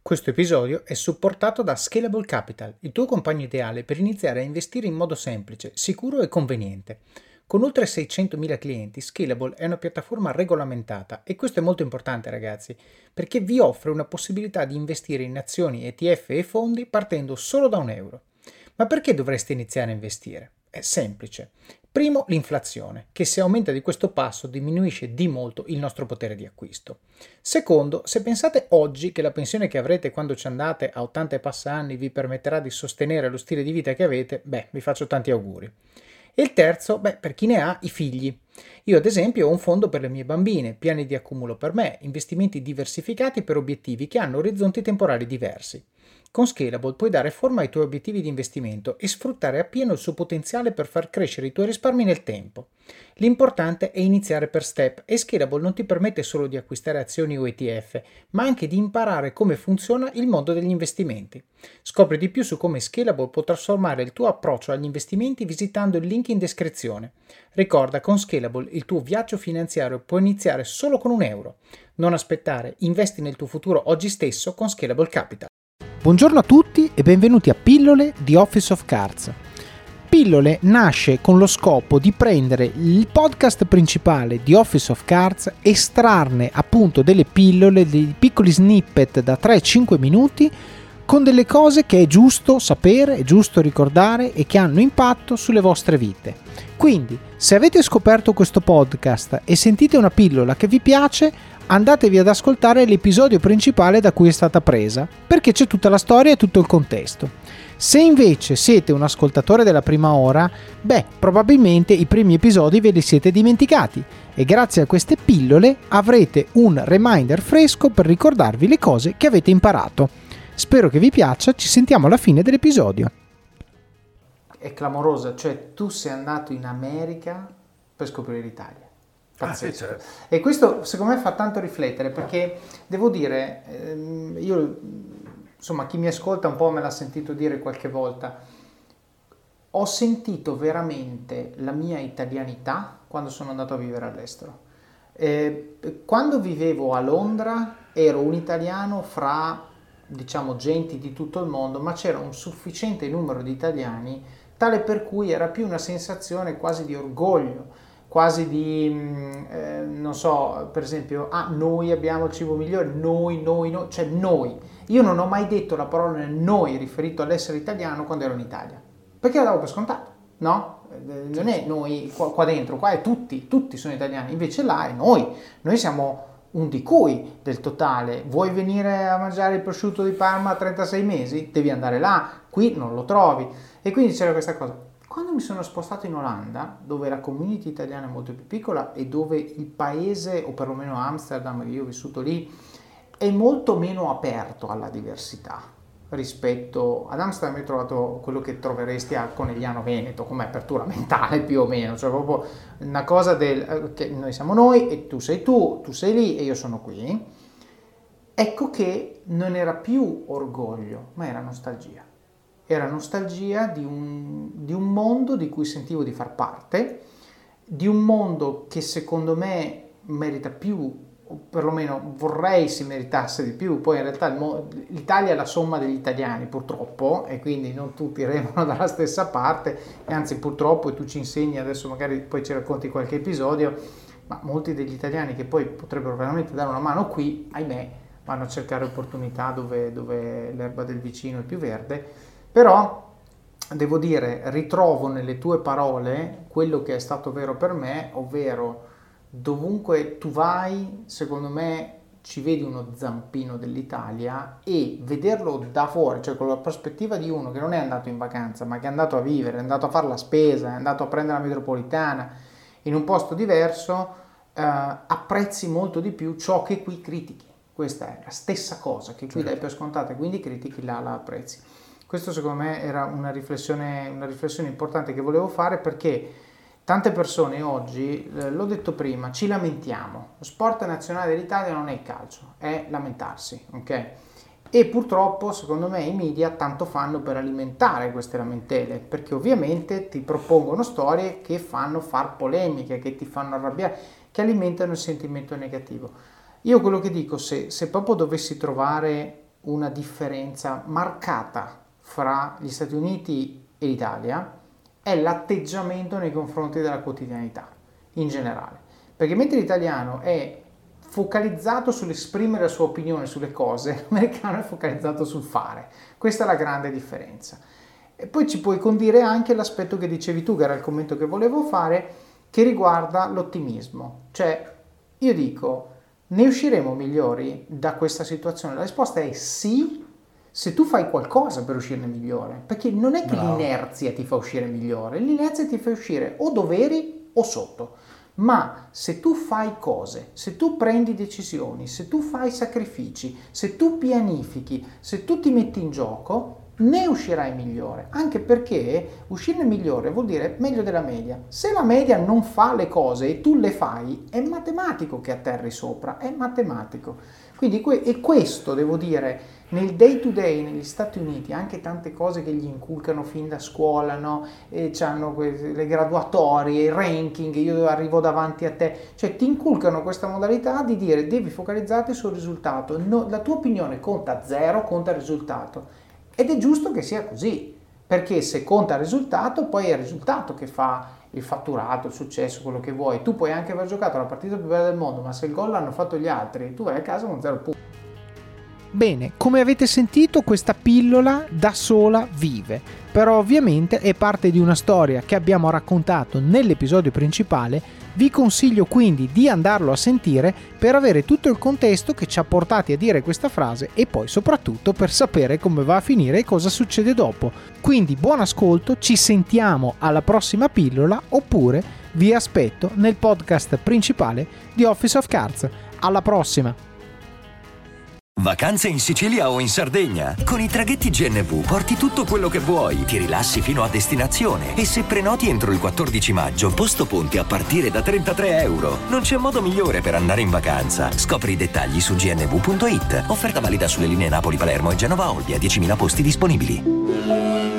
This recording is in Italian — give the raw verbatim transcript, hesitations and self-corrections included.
Questo episodio è supportato da Scalable Capital, il tuo compagno ideale per iniziare a investire in modo semplice, sicuro e conveniente. Con oltre seicentomila clienti, Scalable è una piattaforma regolamentata e questo è molto importante, ragazzi, perché vi offre una possibilità di investire in azioni, E T F e fondi partendo solo da un euro. Ma perché dovreste iniziare a investire? È semplice. Primo, l'inflazione, che se aumenta di questo passo diminuisce di molto il nostro potere di acquisto. Secondo, se pensate oggi che la pensione che avrete quando ci andate a ottanta e passa anni vi permetterà di sostenere lo stile di vita che avete, beh, vi faccio tanti auguri. E il terzo, beh, per chi ne ha, i figli. Io ad esempio ho un fondo per le mie bambine, piani di accumulo per me, investimenti diversificati per obiettivi che hanno orizzonti temporali diversi. Con Scalable puoi dare forma ai tuoi obiettivi di investimento e sfruttare appieno il suo potenziale per far crescere i tuoi risparmi nel tempo. L'importante è iniziare per step e Scalable non ti permette solo di acquistare azioni o E T F, ma anche di imparare come funziona il mondo degli investimenti. Scopri di più su come Scalable può trasformare il tuo approccio agli investimenti visitando il link in descrizione. Ricorda, con Scalable il tuo viaggio finanziario può iniziare solo con un euro. Non aspettare, investi nel tuo futuro oggi stesso con Scalable Capital. Buongiorno a tutti e benvenuti a Pillole di Office of Cards. Pillole nasce con lo scopo di prendere il podcast principale di Office of Cards, estrarne appunto delle pillole, dei piccoli snippet da tre cinque minuti con delle cose che è giusto sapere, è giusto ricordare e che hanno impatto sulle vostre vite. Quindi, se avete scoperto questo podcast e sentite una pillola che vi piace, andatevi ad ascoltare l'episodio principale da cui è stata presa, perché c'è tutta la storia e tutto il contesto. Se invece siete un ascoltatore della prima ora, beh, probabilmente i primi episodi ve li siete dimenticati e grazie a queste pillole avrete un reminder fresco per ricordarvi le cose che avete imparato. Spero che vi piaccia, ci sentiamo alla fine dell'episodio. È clamorosa, cioè tu sei andato in America per scoprire l'Italia. Ah, sì, certo. E questo secondo me fa tanto riflettere, perché devo dire, ehm, io insomma chi mi ascolta un po' me l'ha sentito dire qualche volta, ho sentito veramente la mia italianità quando sono andato a vivere all'estero. Eh, quando vivevo a Londra ero un italiano fra, diciamo, genti di tutto il mondo, ma c'era un sufficiente numero di italiani tale per cui era più una sensazione quasi di orgoglio, quasi di, eh, non so, per esempio, ah, noi abbiamo il cibo migliore, noi, noi, noi, cioè noi. Io non ho mai detto la parola noi riferito all'essere italiano quando ero in Italia, perché la davo per scontato, no? Non è noi qua, qua dentro, qua è tutti, tutti sono italiani, invece là è noi, noi siamo un di cui del totale. Vuoi venire a mangiare il prosciutto di Parma a trentasei mesi? Devi andare là, qui non lo trovi. E quindi c'era questa cosa. Quando mi sono spostato in Olanda, dove la community italiana è molto più piccola e dove il paese, o perlomeno Amsterdam, io ho vissuto lì, è molto meno aperto alla diversità rispetto ad Amsterdam. Ho trovato quello che troveresti a Conegliano Veneto come apertura mentale più o meno, cioè proprio una cosa del che noi siamo noi e tu sei tu, tu sei lì e io sono qui. Ecco che non era più orgoglio, ma era nostalgia. Era nostalgia di un, di un mondo di cui sentivo di far parte, di un mondo che secondo me merita più, o perlomeno vorrei si meritasse di più. Poi in realtà il mo- l'Italia è la somma degli italiani purtroppo, e quindi non tutti remano dalla stessa parte, e anzi purtroppo, e tu ci insegni adesso, magari poi ci racconti qualche episodio, ma molti degli italiani che poi potrebbero veramente dare una mano qui, ahimè, vanno a cercare opportunità dove, dove l'erba del vicino è più verde. Però devo dire, ritrovo nelle tue parole quello che è stato vero per me, ovvero dovunque tu vai, secondo me ci vedi uno zampino dell'Italia, e vederlo da fuori, cioè con la prospettiva di uno che non è andato in vacanza, ma che è andato a vivere, è andato a fare la spesa, è andato a prendere la metropolitana in un posto diverso, eh, apprezzi molto di più ciò che qui critichi. Questa è la stessa cosa che qui certo. Dai per scontata, quindi critichi, là la apprezzi. Questo secondo me era una riflessione, una riflessione importante che volevo fare, perché tante persone oggi, eh, l'ho detto prima, ci lamentiamo. Lo sport nazionale dell'Italia non è il calcio, è lamentarsi, ok? E purtroppo secondo me i media tanto fanno per alimentare queste lamentele, perché ovviamente ti propongono storie che fanno far polemiche, che ti fanno arrabbiare, che alimentano il sentimento negativo. Io quello che dico, se, se proprio dovessi trovare una differenza marcata fra gli Stati Uniti e l'Italia è l'atteggiamento nei confronti della quotidianità in generale, perché mentre l'italiano è focalizzato sull'esprimere la sua opinione sulle cose, l'americano è focalizzato sul fare. Questa è la grande differenza. E poi ci puoi condire anche l'aspetto che dicevi tu, che era il commento che volevo fare, che riguarda l'ottimismo. Cioè, io dico, ne usciremo migliori da questa situazione? La risposta è sì, se tu fai qualcosa per uscirne migliore, perché non è che Bravo. L'inerzia ti fa uscire migliore, l'inerzia ti fa uscire o doveri o sotto. Ma se tu fai cose, se tu prendi decisioni, se tu fai sacrifici, se tu pianifichi, se tu ti metti in gioco, ne uscirai migliore, anche perché uscirne migliore vuol dire meglio della media. Se la media non fa le cose e tu le fai, è matematico che atterri sopra, è matematico. Quindi que- e questo devo dire, nel day to day negli Stati Uniti, anche tante cose che gli inculcano fin da scuola, no? E c'hanno que- le graduatorie, il ranking, io arrivo davanti a te, cioè ti inculcano questa modalità di dire devi focalizzarti sul risultato, no, la tua opinione conta zero, conta il risultato. Ed è giusto che sia così, perché se conta il risultato, poi è il risultato che fa il fatturato, il successo, quello che vuoi. Tu puoi anche aver giocato la partita più bella del mondo, ma se il gol l'hanno fatto gli altri, tu vai a casa con zero punti. Bene, come avete sentito, questa pillola da sola vive, però ovviamente è parte di una storia che abbiamo raccontato nell'episodio principale. Vi consiglio quindi di andarlo a sentire per avere tutto il contesto che ci ha portati a dire questa frase e poi soprattutto per sapere come va a finire e cosa succede dopo. Quindi buon ascolto, ci sentiamo alla prossima pillola oppure vi aspetto nel podcast principale di Office of Cards. Alla prossima! Vacanze in Sicilia o in Sardegna? Con i traghetti G N V porti tutto quello che vuoi, ti rilassi fino a destinazione e se prenoti entro il quattordici maggio, posto ponti a partire da trentatré euro. Non c'è modo migliore per andare in vacanza. Scopri i dettagli su g n v punto i t. Offerta valida sulle linee Napoli-Palermo e Genova-Olbia, diecimila posti disponibili.